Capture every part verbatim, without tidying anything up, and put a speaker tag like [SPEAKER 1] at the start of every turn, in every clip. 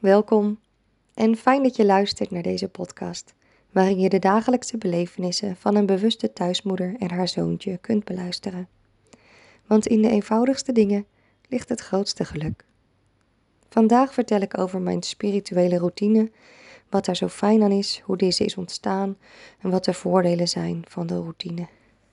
[SPEAKER 1] Welkom en fijn dat je luistert naar deze podcast, waarin je de dagelijkse belevenissen van een bewuste thuismoeder en haar zoontje kunt beluisteren. Want in de eenvoudigste dingen ligt het grootste geluk. Vandaag vertel ik over mijn spirituele routine, wat daar zo fijn aan is, hoe deze is ontstaan en wat de voordelen zijn van de routine.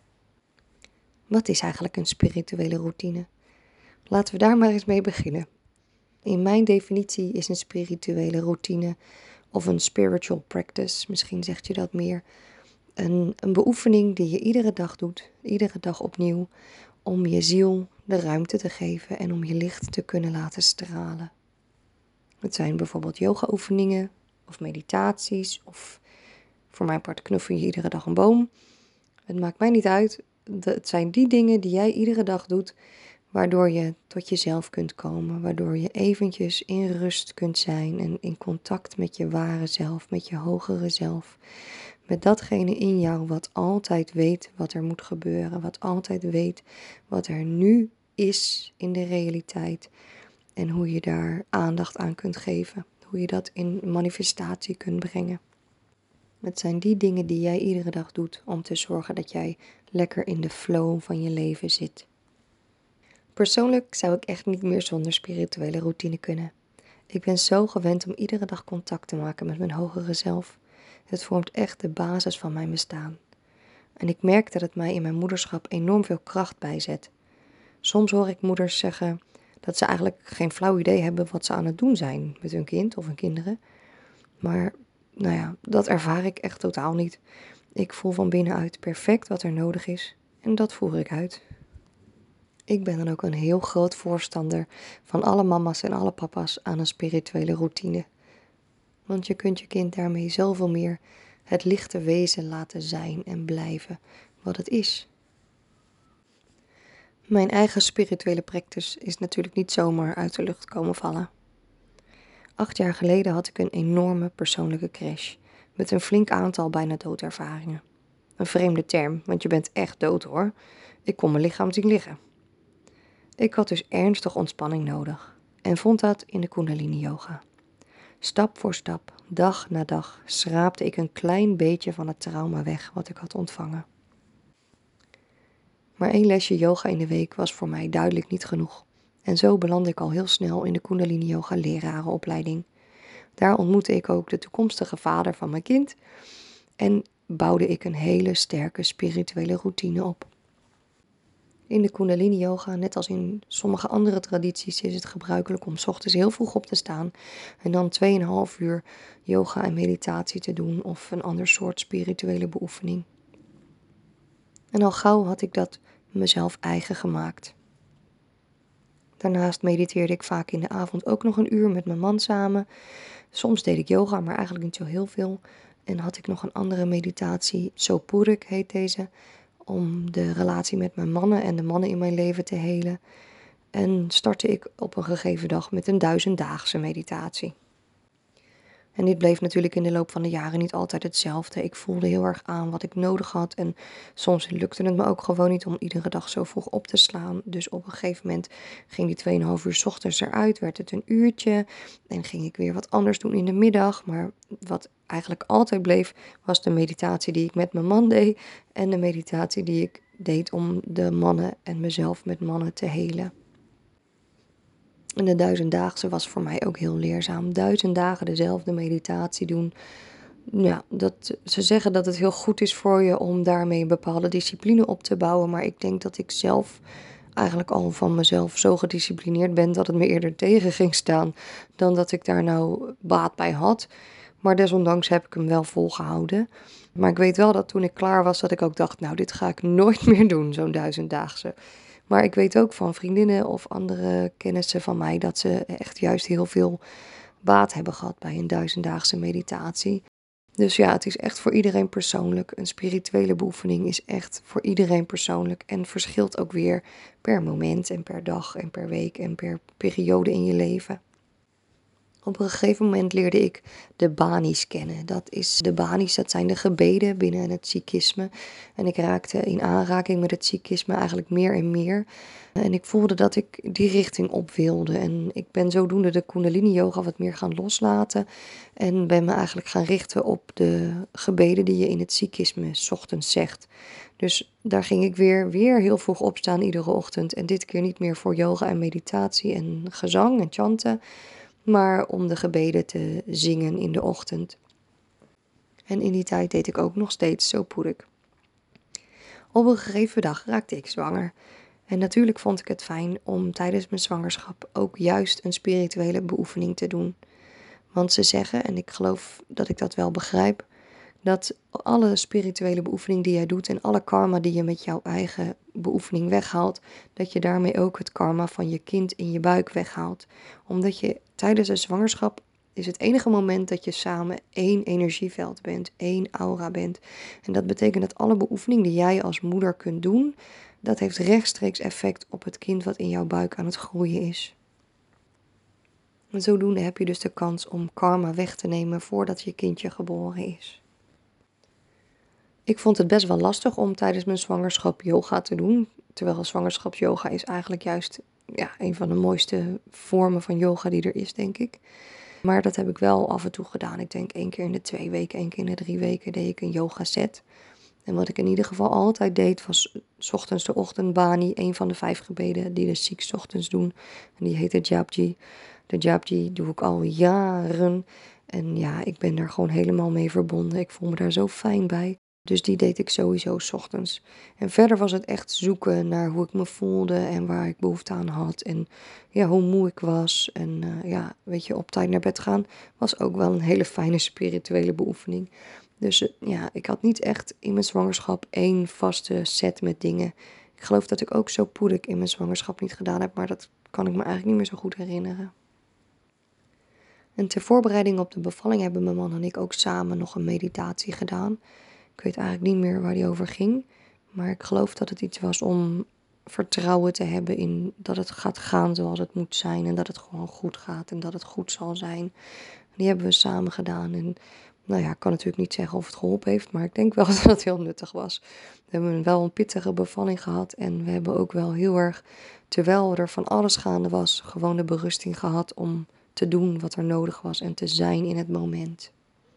[SPEAKER 1] Wat is eigenlijk een spirituele routine? Laten we daar maar eens mee beginnen. In mijn definitie is een spirituele routine of een spiritual practice, misschien zegt je dat meer, een, een beoefening die je iedere dag doet, iedere dag opnieuw, om je ziel de ruimte te geven en om je licht te kunnen laten stralen. Het zijn bijvoorbeeld yoga-oefeningen of meditaties of voor mijn part knuffel je iedere dag een boom. Het maakt mij niet uit. Het zijn die dingen die jij iedere dag doet, waardoor je tot jezelf kunt komen, waardoor je eventjes in rust kunt zijn en in contact met je ware zelf, met je hogere zelf. Met datgene in jou wat altijd weet wat er moet gebeuren, wat altijd weet wat er nu is in de realiteit en hoe je daar aandacht aan kunt geven, hoe je dat in manifestatie kunt brengen. Het zijn die dingen die jij iedere dag doet om te zorgen dat jij lekker in de flow van je leven zit. Persoonlijk zou ik echt niet meer zonder spirituele routine kunnen. Ik ben zo gewend om iedere dag contact te maken met mijn hogere zelf. Het vormt echt de basis van mijn bestaan. En ik merk dat het mij in mijn moederschap enorm veel kracht bijzet. Soms hoor ik moeders zeggen dat ze eigenlijk geen flauw idee hebben wat ze aan het doen zijn met hun kind of hun kinderen. Maar nou ja, dat ervaar ik echt totaal niet. Ik voel van binnenuit perfect wat er nodig is en dat voer ik uit. Ik ben dan ook een heel groot voorstander van alle mama's en alle papa's aan een spirituele routine. Want je kunt je kind daarmee zoveel meer het lichte wezen laten zijn en blijven wat het is. Mijn eigen spirituele practice is natuurlijk niet zomaar uit de lucht komen vallen. Acht jaar geleden had ik een enorme persoonlijke crash met een flink aantal bijna doodervaringen. Een vreemde term, want je bent echt dood hoor. Ik kon mijn lichaam zien liggen. Ik had dus ernstig ontspanning nodig en vond dat in de Kundalini Yoga. Stap voor stap, dag na dag, schraapte ik een klein beetje van het trauma weg wat ik had ontvangen. Maar één lesje yoga in de week was voor mij duidelijk niet genoeg. En zo belandde ik al heel snel in de Kundalini Yoga lerarenopleiding. Daar ontmoette ik ook de toekomstige vader van mijn kind en bouwde ik een hele sterke spirituele routine op. In de Kundalini Yoga, net als in sommige andere tradities, is het gebruikelijk om 's ochtends heel vroeg op te staan en dan twee en een half uur yoga en meditatie te doen of een ander soort spirituele beoefening. En al gauw had ik dat mezelf eigen gemaakt. Daarnaast mediteerde ik vaak in de avond ook nog een uur met mijn man samen. Soms deed ik yoga, maar eigenlijk niet zo heel veel. En had ik nog een andere meditatie, Sopurik heet deze, om de relatie met mijn mannen en de mannen in mijn leven te helen. En startte ik op een gegeven dag met een duizenddaagse meditatie. En dit bleef natuurlijk in de loop van de jaren niet altijd hetzelfde. Ik voelde heel erg aan wat ik nodig had en soms lukte het me ook gewoon niet om iedere dag zo vroeg op te slaan. Dus op een gegeven moment ging die twee en een half uur 's ochtends eruit, werd het een uurtje en ging ik weer wat anders doen in de middag. Maar wat eigenlijk altijd bleef was de meditatie die ik met mijn man deed en de meditatie die ik deed om de mannen en mezelf met mannen te helen. En de duizenddaagse was voor mij ook heel leerzaam. Duizend dagen dezelfde meditatie doen. Ja, dat, ze zeggen dat het heel goed is voor je om daarmee een bepaalde discipline op te bouwen. Maar ik denk dat ik zelf eigenlijk al van mezelf zo gedisciplineerd ben dat het me eerder tegen ging staan dan dat ik daar nou baat bij had. Maar desondanks heb ik hem wel volgehouden. Maar ik weet wel dat toen ik klaar was dat ik ook dacht, nou dit ga ik nooit meer doen, zo'n duizenddaagse. Maar ik weet ook van vriendinnen of andere kennissen van mij dat ze echt juist heel veel baat hebben gehad bij een duizenddaagse meditatie. Dus ja, het is echt voor iedereen persoonlijk. Een spirituele beoefening is echt voor iedereen persoonlijk en verschilt ook weer per moment en per dag en per week en per periode in je leven. Op een gegeven moment leerde ik de Bani's kennen. Dat is de Bani's, dat zijn de gebeden binnen het Sikhisme. En ik raakte in aanraking met het Sikhisme eigenlijk meer en meer. En ik voelde dat ik die richting op wilde. En ik ben zodoende de Kundalini Yoga wat meer gaan loslaten. En ben me eigenlijk gaan richten op de gebeden die je in het Sikhisme 's ochtends zegt. Dus daar ging ik weer, weer heel vroeg opstaan iedere ochtend. En dit keer niet meer voor yoga en meditatie en gezang en chanten, maar om de gebeden te zingen in de ochtend. En in die tijd deed ik ook nog steeds zo poedik. Op een gegeven dag raakte ik zwanger. En natuurlijk vond ik het fijn om tijdens mijn zwangerschap ook juist een spirituele beoefening te doen. Want ze zeggen, en ik geloof dat ik dat wel begrijp, dat alle spirituele beoefening die jij doet en alle karma die je met jouw eigen beoefening weghaalt, dat je daarmee ook het karma van je kind in je buik weghaalt. Omdat je tijdens de zwangerschap is het enige moment dat je samen één energieveld bent, één aura bent. En dat betekent dat alle beoefening die jij als moeder kunt doen, dat heeft rechtstreeks effect op het kind wat in jouw buik aan het groeien is. En zodoende heb je dus de kans om karma weg te nemen voordat je kindje geboren is. Ik vond het best wel lastig om tijdens mijn zwangerschap yoga te doen. Terwijl zwangerschapsyoga is eigenlijk juist ja, een van de mooiste vormen van yoga die er is, denk ik. Maar dat heb ik wel af en toe gedaan. Ik denk één keer in de twee weken, één keer in de drie weken deed ik een yoga set. En wat ik in ieder geval altijd deed was 's ochtends de ochtendbani, een van de vijf gebeden die de Sikhs 's ochtends doen. En die heet de Japji. De Japji doe ik al jaren. En ja, ik ben daar gewoon helemaal mee verbonden. Ik voel me daar zo fijn bij. Dus die deed ik sowieso 's ochtends. En verder was het echt zoeken naar hoe ik me voelde en waar ik behoefte aan had. En ja, hoe moe ik was. En uh, ja, weet je, op tijd naar bed gaan was ook wel een hele fijne spirituele beoefening. Dus uh, ja, ik had niet echt in mijn zwangerschap één vaste set met dingen. Ik geloof dat ik ook zo poedig in mijn zwangerschap niet gedaan heb, maar dat kan ik me eigenlijk niet meer zo goed herinneren. En ter voorbereiding op de bevalling hebben mijn man en ik ook samen nog een meditatie gedaan. Ik weet eigenlijk niet meer waar die over ging. Maar ik geloof dat het iets was om vertrouwen te hebben in dat het gaat gaan zoals het moet zijn. En dat het gewoon goed gaat en dat het goed zal zijn. Die hebben we samen gedaan. En nou ja, ik kan natuurlijk niet zeggen of het geholpen heeft. Maar ik denk wel dat het heel nuttig was. We hebben wel een pittige bevalling gehad. En we hebben ook wel heel erg, terwijl er van alles gaande was, gewoon de berusting gehad om te doen wat er nodig was en te zijn in het moment.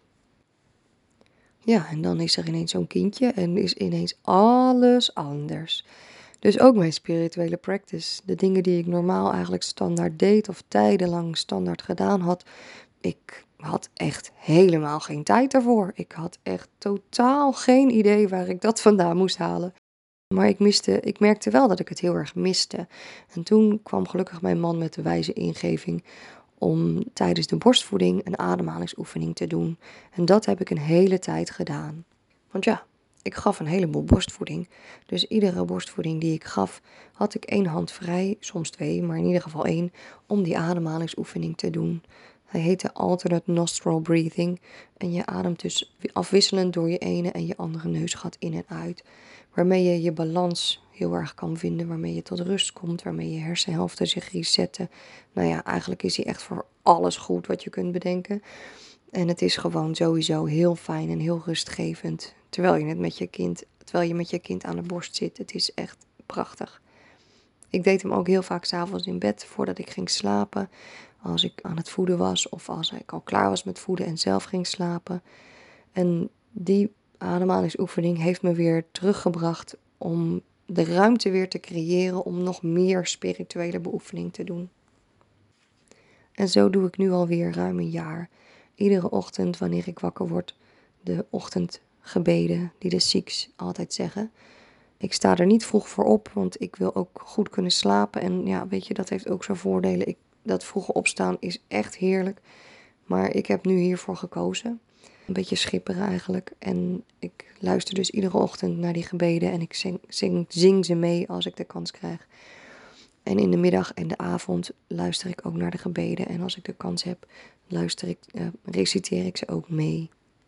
[SPEAKER 1] Ja, en dan is er ineens zo'n kindje en is ineens alles anders. Dus ook mijn spirituele practice, de dingen die ik normaal eigenlijk standaard deed of tijdenlang standaard gedaan had, ik had echt helemaal geen tijd daarvoor. Ik had echt totaal geen idee waar ik dat vandaan moest halen. Maar ik miste, ik merkte wel dat ik het heel erg miste. En toen kwam gelukkig mijn man met de wijze ingeving om tijdens de borstvoeding een ademhalingsoefening te doen. En dat heb ik een hele tijd gedaan. Want ja, ik gaf een heleboel borstvoeding. Dus iedere borstvoeding die ik gaf, had ik één hand vrij, soms twee, maar in ieder geval één, om die ademhalingsoefening te doen. Hij heette alternate nostril breathing. En je ademt dus afwisselend door je ene en je andere neusgat in en uit. Waarmee je je balans heel erg kan vinden, waarmee je tot rust komt, waarmee je hersenhelften zich resetten. Nou ja, eigenlijk is hij echt voor alles goed wat je kunt bedenken. En het is gewoon sowieso heel fijn en heel rustgevend, terwijl je het met je kind, terwijl je met je kind aan de borst zit. Het is echt prachtig. Ik deed hem ook heel vaak 's avonds in bed voordat ik ging slapen. Als ik aan het voeden was of als ik al klaar was met voeden en zelf ging slapen. En die ademhalingsoefening heeft me weer teruggebracht om de ruimte weer te creëren om nog meer spirituele beoefening te doen. En zo doe ik nu alweer ruim een jaar. Iedere ochtend wanneer ik wakker word, de ochtendgebeden die de Sikhs altijd zeggen. Ik sta er niet vroeg voor op, want ik wil ook goed kunnen slapen. En ja, weet je, dat heeft ook zijn voordelen. Ik, dat vroege opstaan is echt heerlijk. Maar ik heb nu hiervoor gekozen. Een beetje schipperen eigenlijk. En ik luister dus iedere ochtend naar die gebeden. En ik zing, zing, zing ze mee als ik de kans krijg. En in de middag en de avond luister ik ook naar de gebeden. En als ik de kans heb, luister ik, uh, reciteer ik ze ook mee.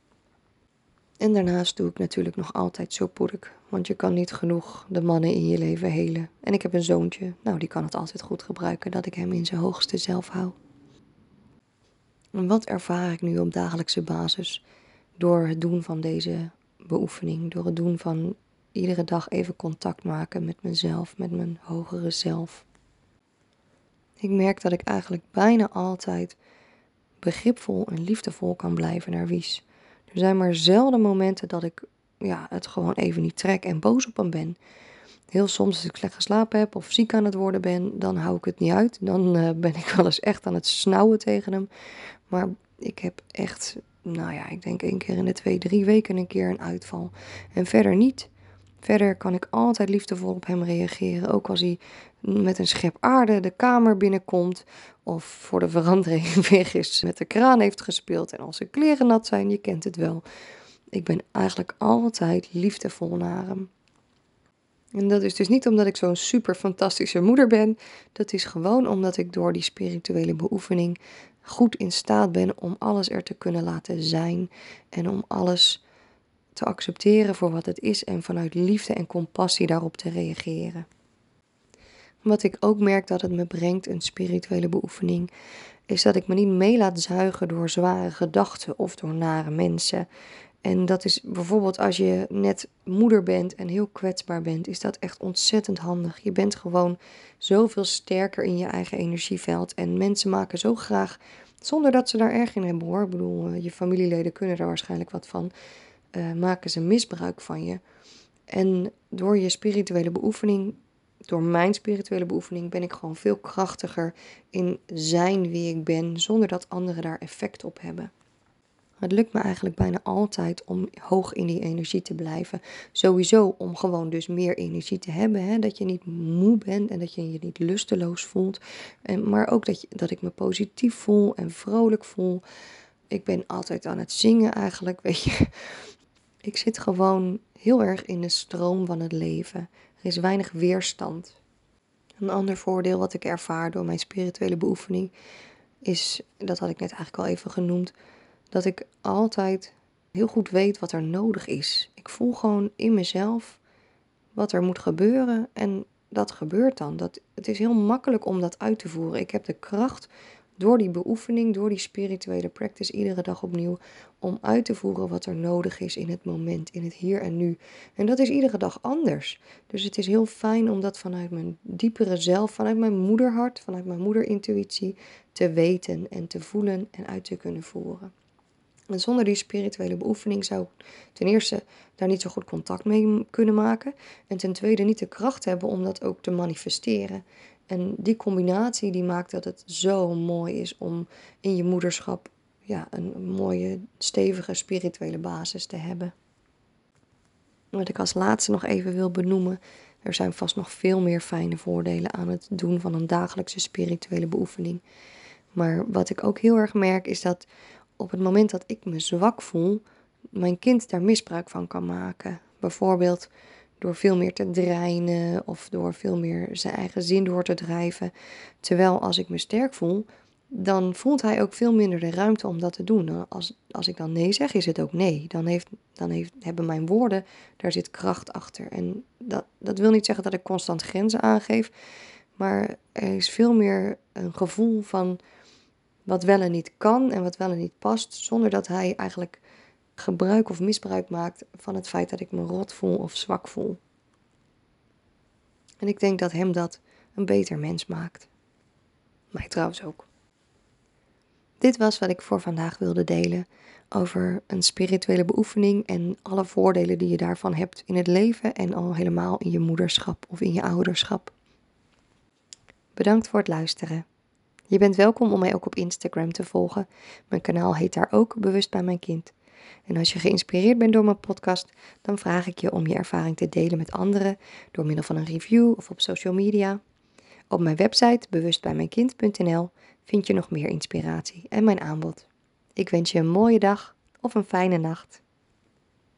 [SPEAKER 1] En daarnaast doe ik natuurlijk nog altijd zo poedig. Want je kan niet genoeg de mannen in je leven helen. En ik heb een zoontje. Nou, die kan het altijd goed gebruiken dat ik hem in zijn hoogste zelf hou. En wat ervaar ik nu op dagelijkse basis door het doen van deze beoefening, door het doen van iedere dag even contact maken met mezelf, met mijn hogere zelf. Ik merk dat ik eigenlijk bijna altijd begripvol en liefdevol kan blijven naar Wies. Er zijn maar zelden momenten dat ik ja, het gewoon even niet trek en boos op hem ben. Heel soms als ik slecht geslapen heb of ziek aan het worden ben, dan hou ik het niet uit. Dan uh, ben ik wel eens echt aan het snauwen tegen hem. Maar ik heb echt, nou ja, ik denk één keer in de twee, drie weken een keer een uitval. En verder niet. Verder kan ik altijd liefdevol op hem reageren. Ook als hij met een schep aarde de kamer binnenkomt. Of voor de verandering weg is met de kraan heeft gespeeld. En als zijn kleren nat zijn, je kent het wel. Ik ben eigenlijk altijd liefdevol naar hem. En dat is dus niet omdat ik zo'n super fantastische moeder ben. Dat is gewoon omdat ik door die spirituele beoefening goed in staat ben om alles er te kunnen laten zijn. En om alles te accepteren voor wat het is en vanuit liefde en compassie daarop te reageren. Wat ik ook merk dat het me brengt, een spirituele beoefening, is dat ik me niet mee laat zuigen door zware gedachten of door nare mensen. En dat is bijvoorbeeld als je net moeder bent en heel kwetsbaar bent, is dat echt ontzettend handig. Je bent gewoon zoveel sterker in je eigen energieveld. En mensen maken zo graag, zonder dat ze daar erg in hebben hoor. Ik bedoel, je familieleden kunnen daar waarschijnlijk wat van. Uh, maken ze misbruik van je. En door je spirituele beoefening, door mijn spirituele beoefening, ben ik gewoon veel krachtiger in zijn wie ik ben, zonder dat anderen daar effect op hebben. Het lukt me eigenlijk bijna altijd om hoog in die energie te blijven. Sowieso om gewoon dus meer energie te hebben. Hè? Dat je niet moe bent en dat je je niet lusteloos voelt. En, maar ook dat, je, dat ik me positief voel en vrolijk voel. Ik ben altijd aan het zingen eigenlijk, weet je. Ik zit gewoon heel erg in de stroom van het leven. Er is weinig weerstand. Een ander voordeel wat ik ervaar door mijn spirituele beoefening is, dat had ik net eigenlijk al even genoemd, dat ik altijd heel goed weet wat er nodig is. Ik voel gewoon in mezelf wat er moet gebeuren en dat gebeurt dan. Dat, het is heel makkelijk om dat uit te voeren. Ik heb de kracht door die beoefening, door die spirituele practice iedere dag opnieuw, om uit te voeren wat er nodig is in het moment, in het hier en nu. En dat is iedere dag anders. Dus het is heel fijn om dat vanuit mijn diepere zelf, vanuit mijn moederhart, vanuit mijn moederintuïtie te weten en te voelen en uit te kunnen voeren. En zonder die spirituele beoefening zou ik ten eerste daar niet zo goed contact mee kunnen maken. En ten tweede niet de kracht hebben om dat ook te manifesteren. En die combinatie die maakt dat het zo mooi is om in je moederschap ja, een mooie, stevige spirituele basis te hebben. Wat ik als laatste nog even wil benoemen. Er zijn vast nog veel meer fijne voordelen aan het doen van een dagelijkse spirituele beoefening. Maar wat ik ook heel erg merk is dat op het moment dat ik me zwak voel, mijn kind daar misbruik van kan maken. Bijvoorbeeld door veel meer te dreinen of door veel meer zijn eigen zin door te drijven. Terwijl als ik me sterk voel, dan voelt hij ook veel minder de ruimte om dat te doen. Als, als ik dan nee zeg, is het ook nee. Dan, heeft, dan heeft, hebben mijn woorden, daar zit kracht achter. En dat, dat wil niet zeggen dat ik constant grenzen aangeef, maar er is veel meer een gevoel van wat wel en niet kan en wat wel en niet past, zonder dat hij eigenlijk gebruik of misbruik maakt van het feit dat ik me rot voel of zwak voel. En ik denk dat hem dat een beter mens maakt. Mij trouwens ook. Dit was wat ik voor vandaag wilde delen over een spirituele beoefening en alle voordelen die je daarvan hebt in het leven en al helemaal in je moederschap of in je ouderschap. Bedankt voor het luisteren. Je bent welkom om mij ook op Instagram te volgen. Mijn kanaal heet daar ook Bewust bij mijn kind. En als je geïnspireerd bent door mijn podcast, dan vraag ik je om je ervaring te delen met anderen door middel van een review of op social media. Op mijn website bewust bij mijn kind punt n l vind je nog meer inspiratie en mijn aanbod. Ik wens je een mooie dag of een fijne nacht.